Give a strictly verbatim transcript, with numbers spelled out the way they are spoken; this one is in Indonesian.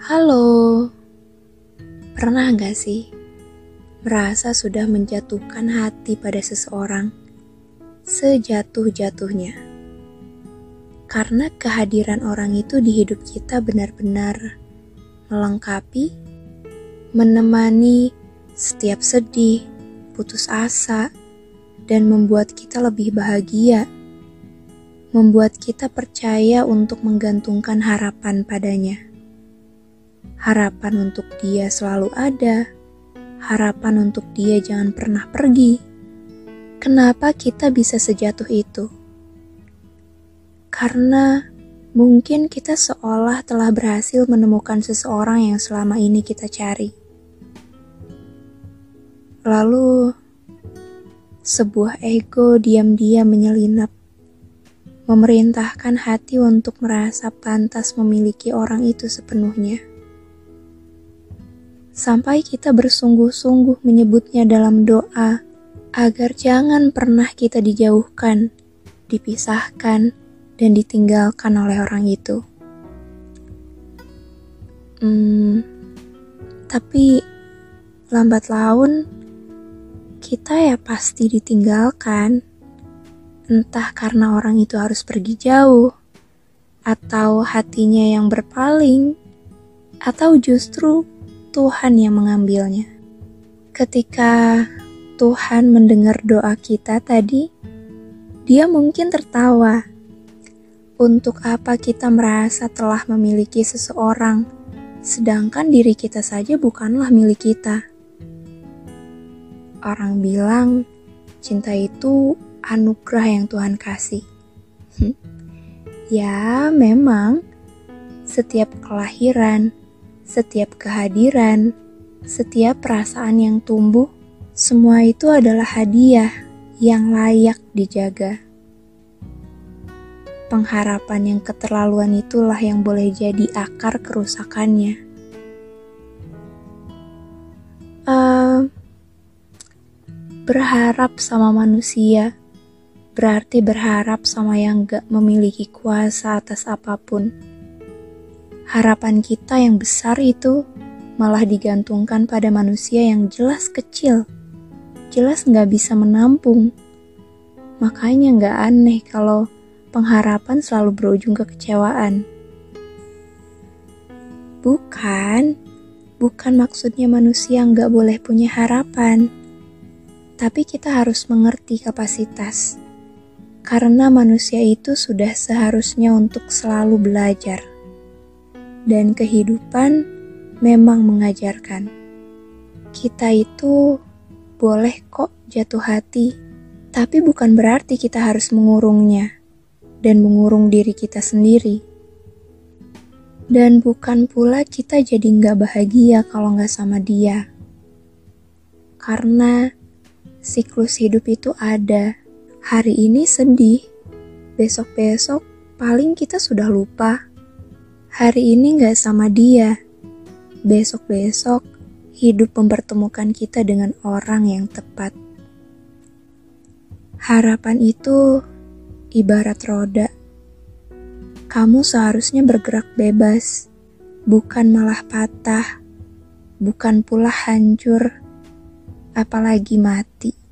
Halo, pernah gak sih merasa sudah menjatuhkan hati pada seseorang sejatuh-jatuhnya? Karena kehadiran orang itu di hidup kita benar-benar melengkapi, menemani setiap sedih, putus asa, dan membuat kita lebih bahagia, membuat kita percaya untuk menggantungkan harapan padanya. Harapan untuk dia selalu ada, harapan untuk dia jangan pernah pergi. Kenapa kita bisa sejatuh itu? Karena mungkin kita seolah telah berhasil menemukan seseorang yang selama ini kita cari. Lalu, sebuah ego diam-diam menyelinap, memerintahkan hati untuk merasa pantas memiliki orang itu sepenuhnya. Sampai kita bersungguh-sungguh menyebutnya dalam doa, agar jangan pernah kita dijauhkan, dipisahkan, dan ditinggalkan oleh orang itu. Hmm, tapi lambat laun, kita ya pasti ditinggalkan. Entah karena orang itu harus pergi jauh, atau hatinya yang berpaling, atau justru Tuhan yang mengambilnya. Ketika Tuhan mendengar doa kita tadi, Dia mungkin tertawa. Untuk apa kita merasa telah memiliki seseorang, sedangkan diri kita saja bukanlah milik kita? Orang bilang, cinta itu anugerah yang Tuhan kasih. Ya, memang setiap kelahiran, setiap kehadiran, setiap perasaan yang tumbuh, semua itu adalah hadiah yang layak dijaga. Pengharapan yang keterlaluan itulah yang boleh jadi akar kerusakannya. Uh, berharap sama manusia berarti berharap sama yang gak memiliki kuasa atas apapun. Harapan kita yang besar itu malah digantungkan pada manusia yang jelas kecil, jelas gak bisa menampung. Makanya gak aneh kalau pengharapan selalu berujung kekecewaan. Bukan, bukan maksudnya manusia gak boleh punya harapan. Tapi kita harus mengerti kapasitas. Karena manusia itu sudah seharusnya untuk selalu belajar. Dan kehidupan memang mengajarkan. Kita itu boleh kok jatuh hati, tapi bukan berarti kita harus mengurungnya dan mengurung diri kita sendiri. Dan bukan pula kita jadi gak bahagia kalau gak sama dia. Karena siklus hidup itu ada. Hari ini sedih, besok-besok paling kita sudah lupa. Hari ini gak sama dia, besok-besok hidup mempertemukan kita dengan orang yang tepat. Harapan itu ibarat roda. Kamu seharusnya bergerak bebas, bukan malah patah, bukan pula hancur, apalagi mati.